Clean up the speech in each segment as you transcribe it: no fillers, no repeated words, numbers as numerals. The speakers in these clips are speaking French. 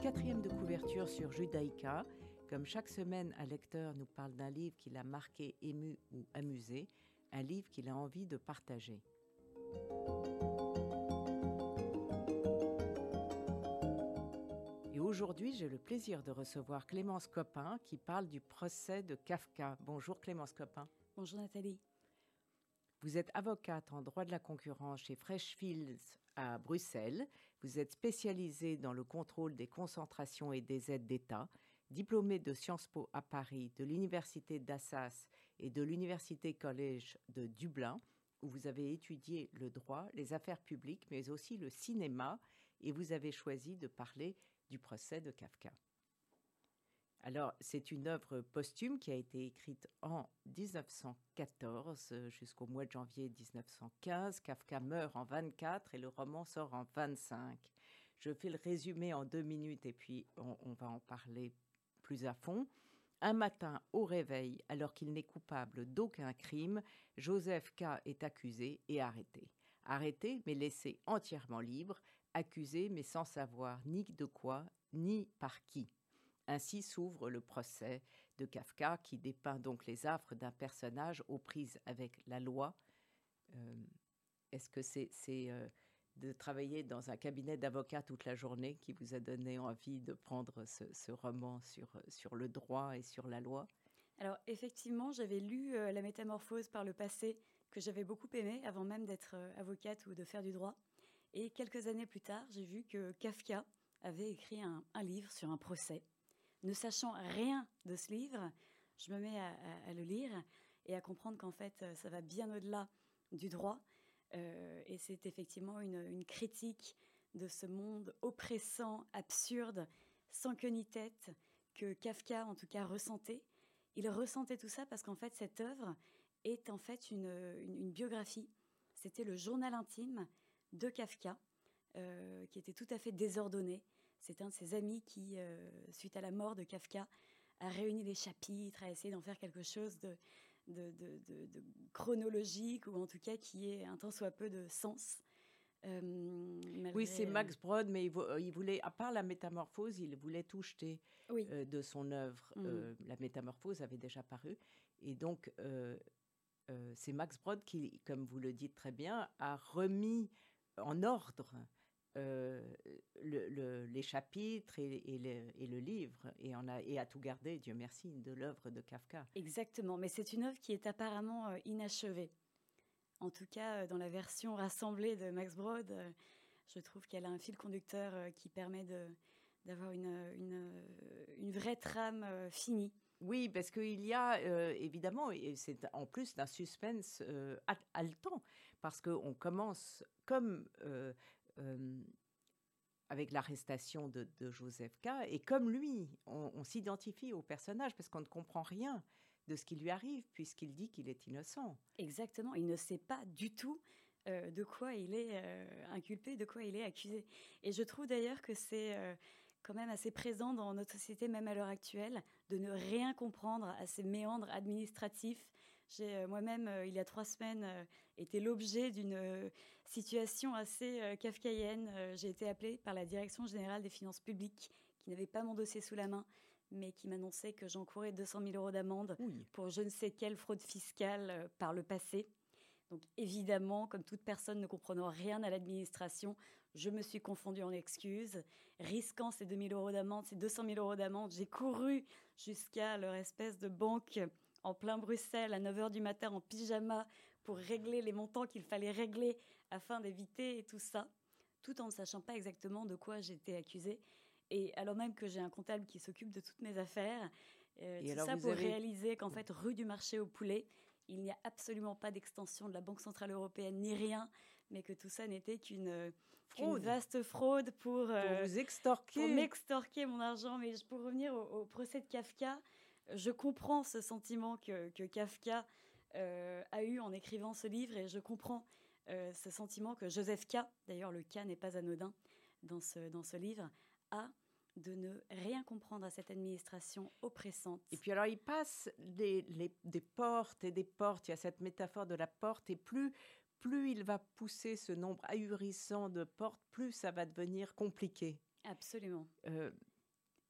quatrième de couverture sur Judaïka. Comme chaque semaine, un lecteur nous parle d'un livre qui l'a marqué, ému ou amusé, un livre qu'il a envie de partager. Et aujourd'hui, j'ai le plaisir de recevoir Clémence Copin qui parle du procès de Kafka. Bonjour Clémence Copin. Bonjour Nathalie. Vous êtes avocate en droit de la concurrence chez Freshfields à Bruxelles. Vous êtes spécialisée dans le contrôle des concentrations et des aides d'État, diplômée de Sciences Po à Paris, de l'Université d'Assas et de l'Université College de Dublin, où vous avez étudié le droit, les affaires publiques, mais aussi le cinéma, et vous avez choisi de parler du procès de Kafka. Alors, c'est une œuvre posthume qui a été écrite en 1914 jusqu'au mois de janvier 1915. Kafka meurt en 24 et le roman sort en 25. Je fais le résumé en 2 minutes et puis on va en parler plus à fond. Un matin, au réveil, alors qu'il n'est coupable d'aucun crime, Joseph K. est accusé et arrêté. Arrêté, mais laissé entièrement libre, accusé, mais sans savoir ni de quoi, ni par qui. Ainsi s'ouvre le procès de Kafka, qui dépeint donc les affres d'un personnage aux prises avec la loi. Est-ce que c'est de travailler dans un cabinet d'avocats toute la journée qui vous a donné envie de prendre ce roman sur le droit et sur la loi? Alors effectivement, j'avais lu La Métamorphose par le passé, que j'avais beaucoup aimé avant même d'être avocate ou de faire du droit. Et quelques années plus tard, j'ai vu que Kafka avait écrit un livre sur un procès. Ne sachant rien de ce livre, je me mets à le lire et à comprendre qu'en fait, ça va bien au-delà du droit. Et c'est effectivement une critique de ce monde oppressant, absurde, sans queue ni tête, que Kafka, en tout cas, ressentait. Il ressentait tout ça parce qu'en fait, cette œuvre est en fait une biographie. C'était le journal intime de Kafka, qui était tout à fait désordonné. C'est un de ses amis qui, suite à la mort de Kafka, a réuni les chapitres, a essayé d'en faire quelque chose de chronologique, ou en tout cas qui ait un tant soit peu de sens. Oui, c'est Max Brod, mais il voulait, à part La Métamorphose, il voulait tout jeter oui. De son œuvre. La Métamorphose avait déjà paru. Et donc, c'est Max Brod qui, comme vous le dites très bien, a remis en ordre les chapitres et le livre, et a tout gardé, Dieu merci, de l'œuvre de Kafka. Exactement, mais c'est une œuvre qui est apparemment inachevée. En tout cas, dans la version rassemblée de Max Brod, je trouve qu'elle a un fil conducteur qui permet d'avoir une vraie trame finie. Oui, parce qu'il y a évidemment, et c'est en plus d'un suspense haletant, parce qu'on commence comme avec l'arrestation de Joseph K. Et comme lui, on s'identifie au personnage parce qu'on ne comprend rien de ce qui lui arrive puisqu'il dit qu'il est innocent. Exactement, il ne sait pas du tout de quoi il est inculpé, de quoi il est accusé. Et je trouve d'ailleurs que c'est quand même assez présent dans notre société, même à l'heure actuelle, de ne rien comprendre à ces méandres administratifs. J'ai moi-même, il y a 3 semaines, été l'objet d'une situation assez kafkaïenne. J'ai été appelée par la Direction générale des finances publiques, qui n'avait pas mon dossier sous la main, mais qui m'annonçait que j'encourais 200 000 € d'amende pour je ne sais quelle fraude fiscale par le passé. Donc évidemment, comme toute personne ne comprenant rien à l'administration, je me suis confondue en excuses. Risquant ces 2 000 € d'amende, ces 200 000 € d'amende, j'ai couru jusqu'à leur espèce de banque en plein Bruxelles à 9 h du matin en pyjama pour régler les montants qu'il fallait régler afin d'éviter tout ça, tout en ne sachant pas exactement de quoi j'étais accusée. Et alors même que j'ai un comptable qui s'occupe de toutes mes affaires, tout ça pour réaliser qu'en fait, rue du Marché aux Poulets, il n'y a absolument pas d'extension de la Banque Centrale Européenne ni rien, mais que tout ça n'était qu'une vaste fraude pour vous extorquer. Pour m'extorquer mon argent. Mais pour revenir au procès de Kafka, je comprends ce sentiment que Kafka a eu en écrivant ce livre, et je comprends ce sentiment que Joseph K., d'ailleurs le K n'est pas anodin dans ce livre, a de ne rien comprendre à cette administration oppressante. Et puis alors, il passe des portes et des portes. Il y a cette métaphore de la porte, et plus il va pousser ce nombre ahurissant de portes, plus ça va devenir compliqué. Absolument.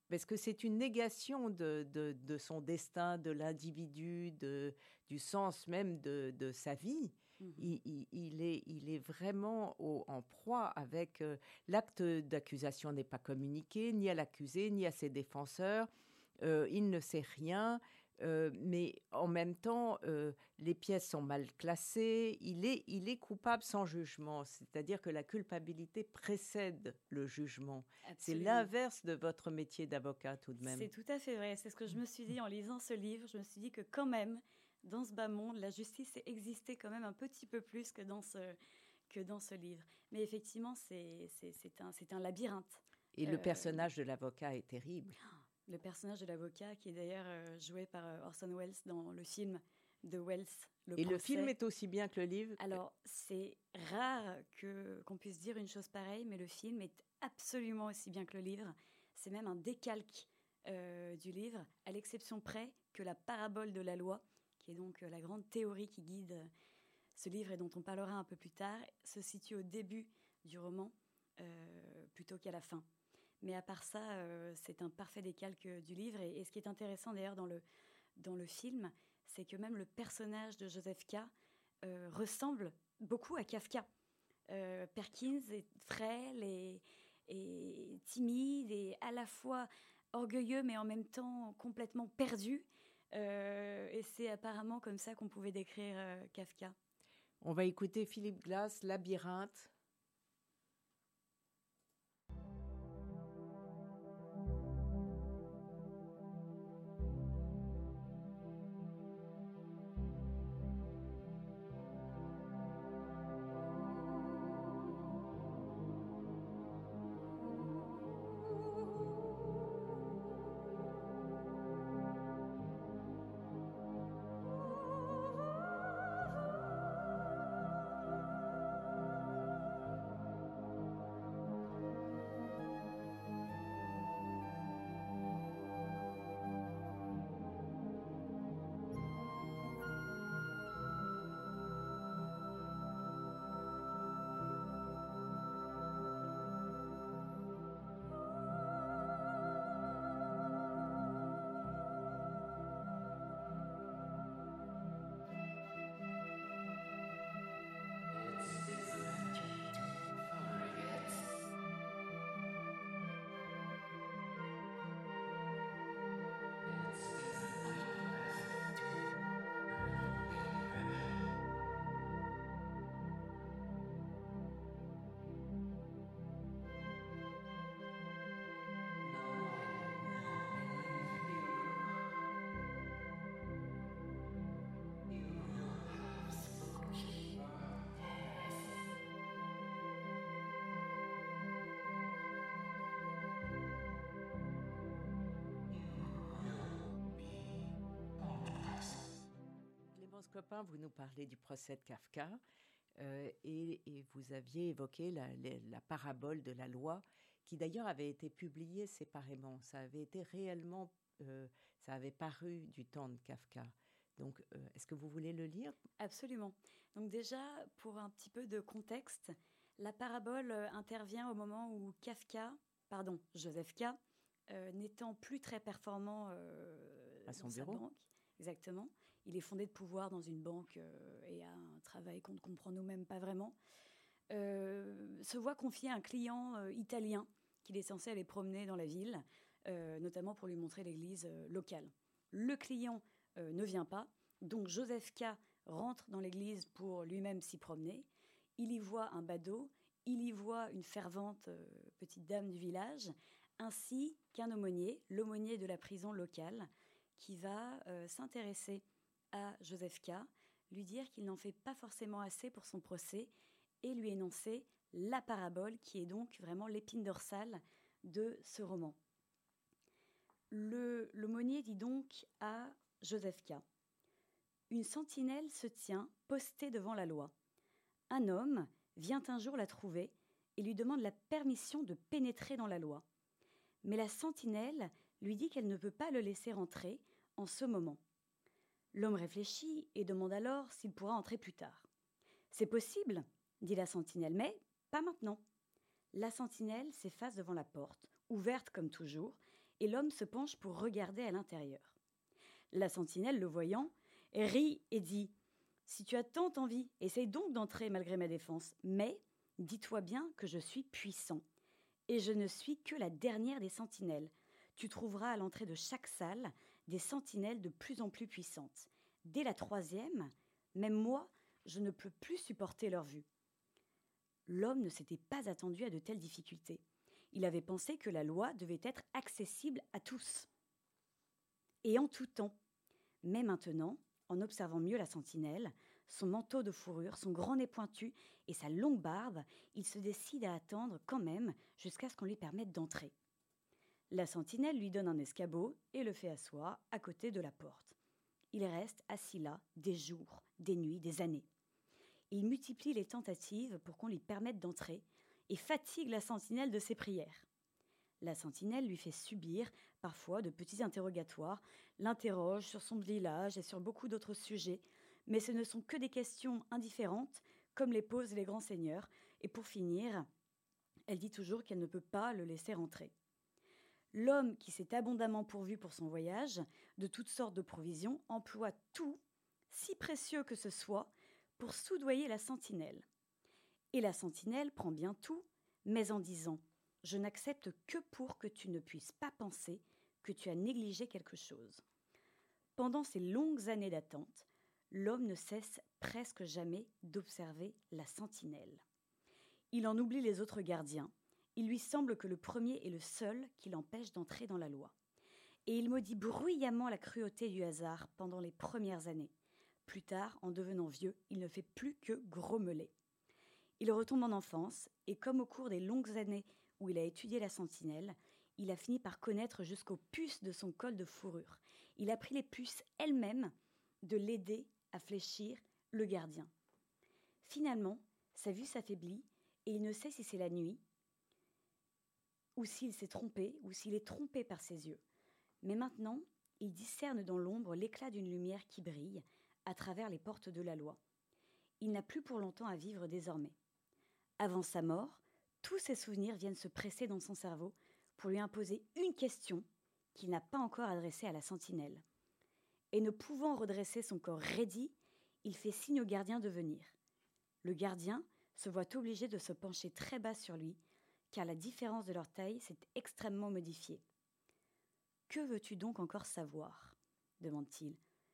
Parce que c'est une négation de son destin, de l'individu, du sens même de sa vie. Mhm. Il est vraiment en proie avec l'acte d'accusation n'est pas communiqué ni à l'accusé ni à ses défenseurs. Il ne sait rien, mais en même temps, les pièces sont mal classées. Il est coupable sans jugement, c'est-à-dire que la culpabilité précède le jugement. C'est Absolument. l'inverse de votre métier d'avocat tout de même. C'est tout à fait vrai. C'est ce que je me suis dit en lisant ce livre. Je me suis dit que quand même, dans ce bas monde, la justice existait quand même un petit peu plus que dans ce livre. Mais effectivement, c'est un labyrinthe. Et le Euh, personnage de l'avocat est terrible. le personnage de l'avocat, qui est d'ailleurs joué par Orson Welles dans le film de Welles, Le Et le procès. film est aussi bien que le livre. Alors, c'est rare qu'on puisse dire une chose pareille, mais le film est absolument aussi bien que le livre. C'est même un décalque du livre, à l'exception près que la parabole de la loi, qui est donc la grande théorie qui guide ce livre et dont on parlera un peu plus tard, se situe au début du roman plutôt qu'à la fin. Mais à part ça, c'est un parfait décalque du livre. Et ce qui est intéressant d'ailleurs dans le film, c'est que même le personnage de Joseph K. Ressemble beaucoup à Kafka. Perkins est frêle et timide et à la fois orgueilleux mais en même temps complètement perdu. Et c'est apparemment comme ça qu'on pouvait décrire Kafka. On va écouter Philippe Glass, Labyrinthe. Clopin, vous nous parlez du procès de Kafka et vous aviez évoqué la parabole de la loi qui d'ailleurs avait été publiée séparément. Ça avait été réellement, ça avait paru du temps de Kafka. Donc, est-ce que vous voulez le lire ? Absolument. Donc déjà, pour un petit peu de contexte, la parabole intervient au moment où Joseph K., n'étant plus très performant à son dans bureau. sa banque, exactement. Il est fondé de pouvoir dans une banque et a un travail qu'on ne comprend nous-mêmes pas vraiment. Se voit confier un client italien qu'il est censé aller promener dans la ville, notamment pour lui montrer l'église locale. Le client ne vient pas, donc Joseph K. rentre dans l'église pour lui-même s'y promener. Il y voit un badaud, il y voit une fervente petite dame du village, ainsi qu'un aumônier, l'aumônier de la prison locale, qui va s'intéresser à Joseph K., lui dire qu'il n'en fait pas forcément assez pour son procès et lui énoncer la parabole qui est donc vraiment l'épine dorsale de ce roman. L'aumônier dit donc à Joseph K. « Une sentinelle se tient postée devant la loi. Un homme vient un jour la trouver et lui demande la permission de pénétrer dans la loi. Mais la sentinelle lui dit qu'elle ne peut pas le laisser entrer en ce moment. L'homme réfléchit et demande alors s'il pourra entrer plus tard. « C'est possible, dit la sentinelle, mais pas maintenant. » La sentinelle s'efface devant la porte, ouverte comme toujours, et l'homme se penche pour regarder à l'intérieur. La sentinelle, le voyant, rit et dit « Si tu as tant envie, essaye donc d'entrer malgré ma défense, mais dis-toi bien que je suis puissant, et je ne suis que la dernière des sentinelles. Tu trouveras à l'entrée de chaque salle des sentinelles de plus en plus puissantes. Dès la 3e, même moi, je ne peux plus supporter leur vue. » L'homme ne s'était pas attendu à de telles difficultés. Il avait pensé que la loi devait être accessible à tous, et en tout temps. Mais maintenant, en observant mieux la sentinelle, son manteau de fourrure, son grand nez pointu et sa longue barbe, il se décide à attendre quand même jusqu'à ce qu'on lui permette d'entrer. La sentinelle lui donne un escabeau et le fait asseoir à côté de la porte. Il reste assis là des jours, des nuits, des années. Il multiplie les tentatives pour qu'on lui permette d'entrer et fatigue la sentinelle de ses prières. La sentinelle lui fait subir parfois de petits interrogatoires, l'interroge sur son village et sur beaucoup d'autres sujets, mais ce ne sont que des questions indifférentes, comme les posent les grands seigneurs, et pour finir, elle dit toujours qu'elle ne peut pas le laisser entrer. L'homme qui s'est abondamment pourvu pour son voyage, de toutes sortes de provisions, emploie tout, si précieux que ce soit, pour soudoyer la sentinelle. Et la sentinelle prend bien tout, mais en disant « Je n'accepte que pour que tu ne puisses pas penser que tu as négligé quelque chose. » Pendant ces longues années d'attente, l'homme ne cesse presque jamais d'observer la sentinelle. Il en oublie les autres gardiens. Il lui semble que le premier est le seul qui l'empêche d'entrer dans la loi. Et il maudit bruyamment la cruauté du hasard pendant les premières années. Plus tard, en devenant vieux, il ne fait plus que grommeler. Il retombe en enfance, et comme au cours des longues années où il a étudié la sentinelle, il a fini par connaître jusqu'aux puces de son col de fourrure. Il a pris les puces elles-mêmes de l'aider à fléchir le gardien. Finalement, sa vue s'affaiblit, et il ne sait si c'est la nuit, ou s'il s'est trompé, ou s'il est trompé par ses yeux. Mais maintenant, il discerne dans l'ombre l'éclat d'une lumière qui brille à travers les portes de la loi. Il n'a plus pour longtemps à vivre désormais. Avant sa mort, tous ses souvenirs viennent se presser dans son cerveau pour lui imposer une question qu'il n'a pas encore adressée à la sentinelle. Et ne pouvant redresser son corps raidi, il fait signe au gardien de venir. Le gardien se voit obligé de se pencher très bas sur lui, car la différence de leur taille s'est extrêmement modifiée. « Que veux-tu donc encore savoir ?» demande-t-il.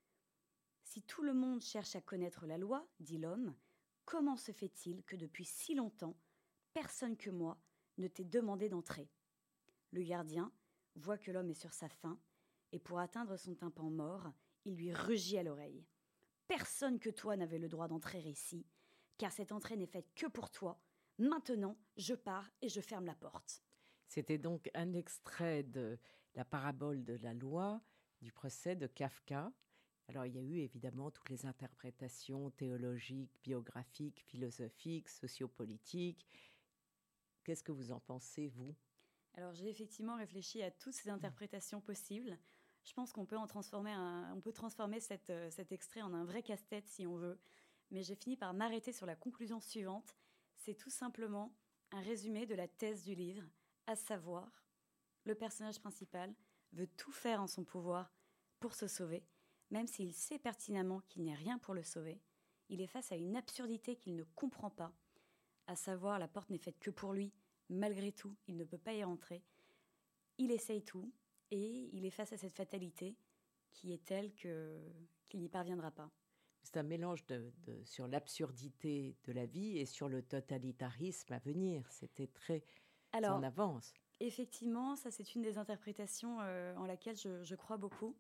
« Si tout le monde cherche à connaître la loi, dit l'homme, comment se fait-il que depuis si longtemps, personne que moi ne t'ait demandé d'entrer ?» Le gardien voit que l'homme est sur sa faim, et pour atteindre son tympan mort, il lui rugit à l'oreille. « Personne que toi n'avait le droit d'entrer ici, car cette entrée n'est faite que pour toi. Maintenant, je pars et je ferme la porte. » C'était donc un extrait de la parabole de la loi, du procès de Kafka. Alors, il y a eu évidemment toutes les interprétations théologiques, biographiques, philosophiques, sociopolitiques. Qu'est-ce que vous en pensez, vous ? Alors, j'ai effectivement réfléchi à toutes ces interprétations possibles. Je pense qu'on peut transformer cet extrait en un vrai casse-tête si on veut. Mais j'ai fini par m'arrêter sur la conclusion suivante. C'est tout simplement un résumé de la thèse du livre, à savoir, le personnage principal veut tout faire en son pouvoir pour se sauver, même s'il sait pertinemment qu'il n'y a rien pour le sauver. Il est face à une absurdité qu'il ne comprend pas, à savoir la porte n'est faite que pour lui, malgré tout, il ne peut pas y rentrer. Il essaye tout, et il est face à cette fatalité qui est telle qu'il n'y parviendra pas. C'est un mélange sur l'absurdité de la vie et sur le totalitarisme à venir. C'était très en avance. Effectivement, ça c'est une des interprétations en laquelle je crois beaucoup.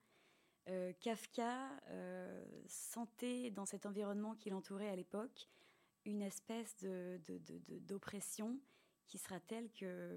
Kafka sentait dans cet environnement qui l'entourait à l'époque une espèce d'oppression qui sera telle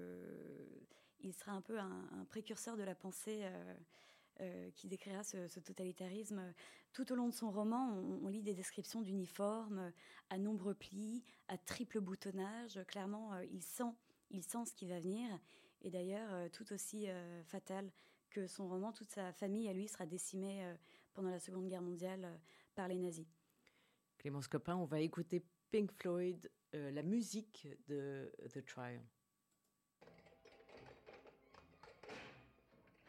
qu'il sera un peu un précurseur de la pensée qui décrira ce totalitarisme. Tout au long de son roman, on lit des descriptions d'uniformes à nombreux plis, à triple boutonnage. Clairement, il sent ce qui va venir. Et d'ailleurs, tout aussi fatal que son roman, toute sa famille à lui sera décimée pendant la Seconde Guerre mondiale par les nazis. Clémence Copin, on va écouter Pink Floyd, la musique de The Trial.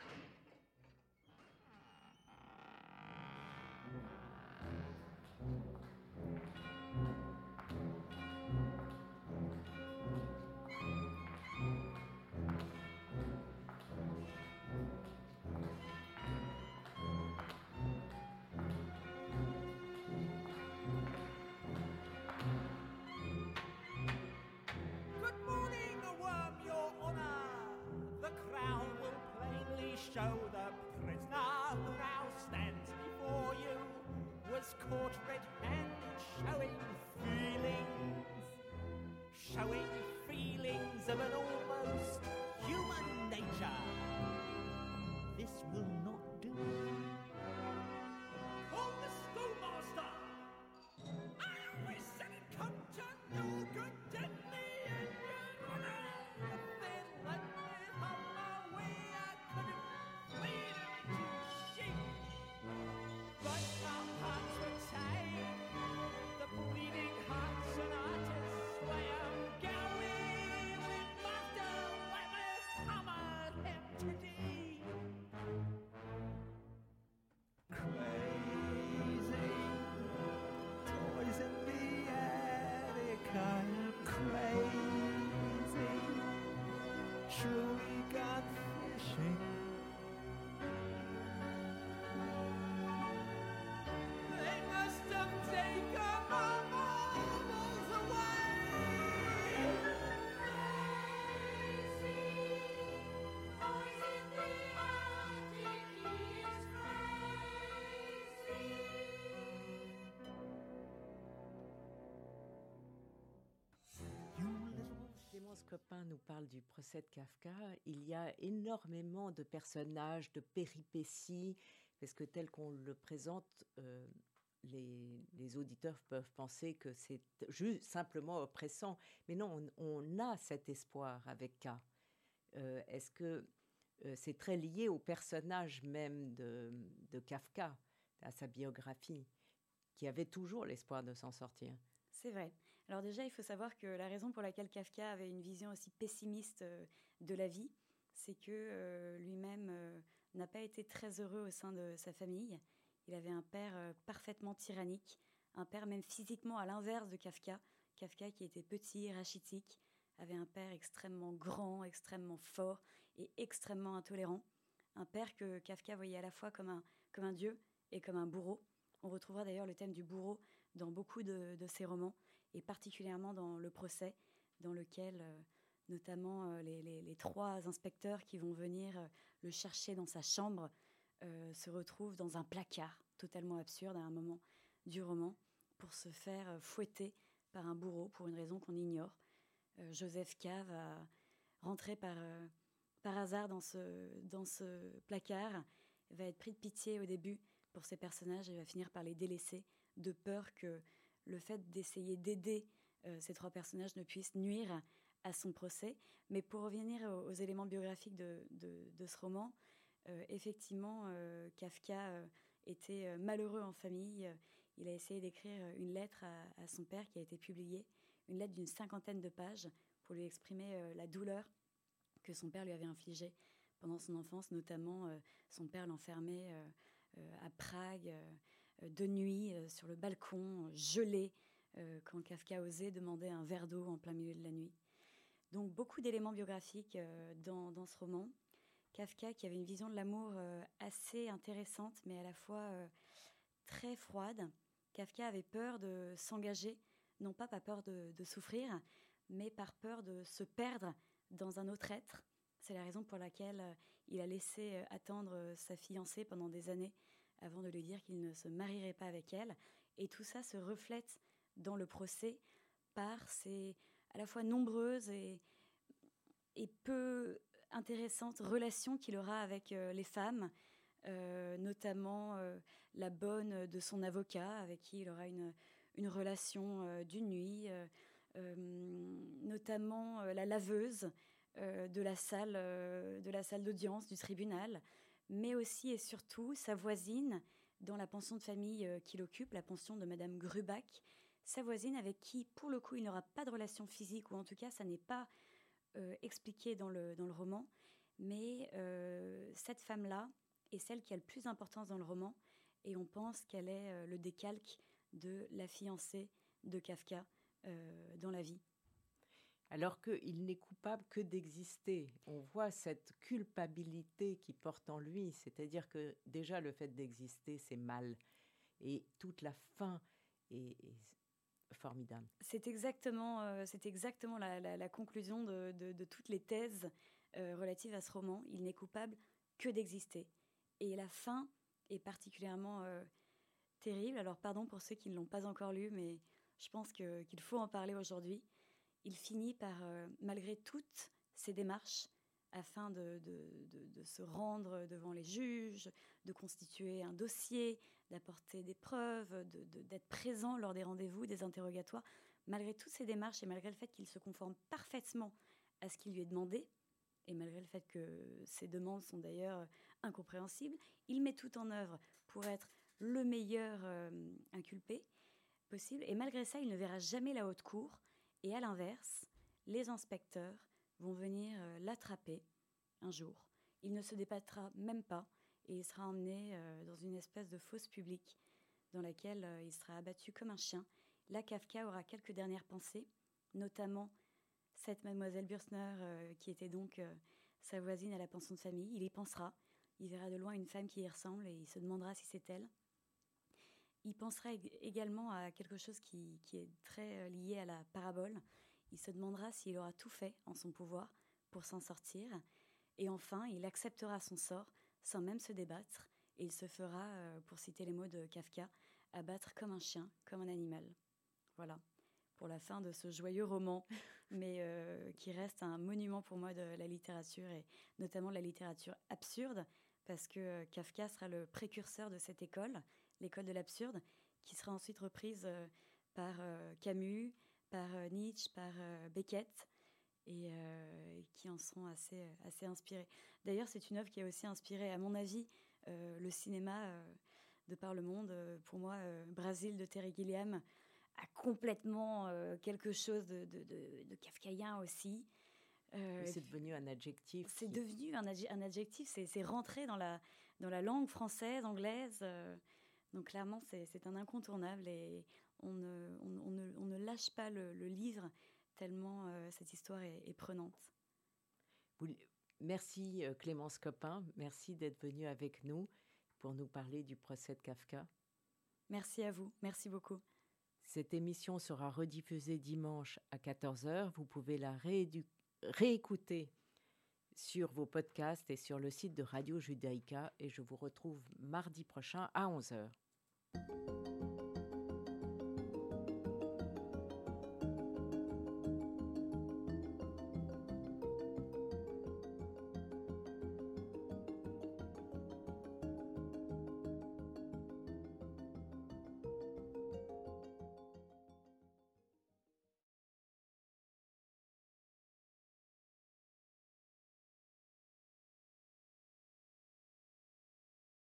show the prisoner who now stands before you was caught red-handed showing feelings of an almost human nature. This will not do. Call the schoolmaster! We said it come to no good, didn't we? And then let me have my way. I couldn't bleed into sheep. But our hearts were tied, the bleeding hearts and artists way I'm going. We must have let me hammer him today. Crazy, toys in the attic, I'm crazy. Truly gone fishing. They must have taken my marbles away. Clémence Copin nous parle du procès de Kafka. Il y a énormément de personnages, de péripéties, parce que tel qu'on le présente, les auditeurs peuvent penser que c'est juste simplement oppressant. Mais non, on a cet espoir avec K. Est-ce que c'est très lié au personnage même de Kafka, à sa biographie, qui avait toujours l'espoir de s'en sortir? C'est vrai. Alors déjà, il faut savoir que la raison pour laquelle Kafka avait une vision aussi pessimiste de la vie, c'est que lui-même n'a pas été très heureux au sein de sa famille. Il avait un père parfaitement tyrannique, un père même physiquement à l'inverse de Kafka. Kafka, qui était petit, rachitique, avait un père extrêmement grand, extrêmement fort et extrêmement intolérant. Un père que Kafka voyait à la fois comme un dieu et comme un bourreau. On retrouvera d'ailleurs le thème du bourreau dans beaucoup de ses romans, et particulièrement dans Le Procès, dans lequel notamment les trois inspecteurs qui vont venir le chercher dans sa chambre se retrouvent dans un placard totalement absurde à un moment du roman pour se faire fouetter par un bourreau pour une raison qu'on ignore. Joseph K. va rentrer par hasard dans ce placard, va être pris de pitié au début pour ces personnages et va finir par les délaisser de peur que le fait d'essayer d'aider ces trois personnages ne puisse nuire à son procès. Mais pour revenir aux éléments biographiques de ce roman, effectivement, Kafka était malheureux en famille. Il a essayé d'écrire une lettre à son père qui a été publiée, une lettre d'une 50aine de pages pour lui exprimer la douleur que son père lui avait infligée pendant son enfance. Notamment, son père l'enfermait à Prague de nuit sur le balcon, gelé, quand Kafka osait demander un verre d'eau en plein milieu de la nuit. Donc beaucoup d'éléments biographiques dans ce roman. Kafka qui avait une vision de l'amour assez intéressante, mais à la fois très froide. Kafka avait peur de s'engager, non pas par peur de souffrir, mais par peur de se perdre dans un autre être. C'est la raison pour laquelle il a laissé attendre sa fiancée pendant des années avant de lui dire qu'il ne se marierait pas avec elle. Et tout ça se reflète dans le procès par ces à la fois nombreuses et peu intéressantes relations qu'il aura avec les femmes, notamment la bonne de son avocat, avec qui il aura une relation d'une nuit, notamment la laveuse de la salle d'audience du tribunal, mais aussi et surtout sa voisine dans la pension de famille qu'il occupe, la pension de Madame Grubach, sa voisine avec qui, pour le coup, il n'aura pas de relation physique, ou en tout cas, ça n'est pas expliqué dans le roman, mais cette femme-là est celle qui a le plus d'importance dans le roman, et on pense qu'elle est le décalque de la fiancée de Kafka dans la vie. Alors qu'il n'est coupable que d'exister. On voit cette culpabilité qui porte en lui, c'est-à-dire que déjà le fait d'exister, c'est mal. Et toute la fin est formidable. C'est exactement la conclusion de toutes les thèses relatives à ce roman. Il n'est coupable que d'exister. Et la fin est particulièrement terrible. Alors pardon pour ceux qui ne l'ont pas encore lu, mais je pense qu'il faut en parler aujourd'hui. Il finit par, malgré toutes ces démarches, afin de se rendre devant les juges, de constituer un dossier, d'apporter des preuves, d'être présent lors des rendez-vous, des interrogatoires, malgré toutes ces démarches et malgré le fait qu'il se conforme parfaitement à ce qui lui est demandé, et malgré le fait que ces demandes sont d'ailleurs incompréhensibles, il met tout en œuvre pour être le meilleur inculpé possible. Et malgré ça, il ne verra jamais la haute cour. Et à l'inverse, les inspecteurs vont venir l'attraper un jour. Il ne se débattra même pas et il sera emmené dans une espèce de fosse publique dans laquelle il sera abattu comme un chien. Là, Kafka aura quelques dernières pensées, notamment cette mademoiselle Bürsner qui était donc sa voisine à la pension de famille. Il y pensera, il verra de loin une femme qui y ressemble et il se demandera si c'est elle. Il pensera également à quelque chose qui est très lié à la parabole. Il se demandera s'il aura tout fait en son pouvoir pour s'en sortir. Et enfin, il acceptera son sort sans même se débattre. Et il se fera, pour citer les mots de Kafka, abattre comme un chien, comme un animal. Voilà, pour la fin de ce joyeux roman, mais qui reste un monument pour moi de la littérature, et notamment de la littérature absurde, parce que Kafka sera le précurseur de cette école, l'école de l'absurde, qui sera ensuite reprise par Camus, par Nietzsche, par Beckett, et qui en sont assez inspirés. D'ailleurs, c'est une œuvre qui a aussi inspiré, à mon avis, le cinéma de par le monde. Pour moi, Brasil de Terry Gilliam a complètement quelque chose de kafkaïen aussi. C'est devenu un adjectif. C'est devenu un adjectif, c'est rentré dans la langue française, anglaise. Donc clairement, c'est un incontournable et on ne lâche pas le livre tellement cette histoire est prenante. Merci Clémence Copin, merci d'être venue avec nous pour nous parler du procès de Kafka. Merci à vous, merci beaucoup. Cette émission sera rediffusée dimanche à 14h. Vous pouvez la réécouter sur vos podcasts et sur le site de Radio Judaïka. Et je vous retrouve mardi prochain à 11h.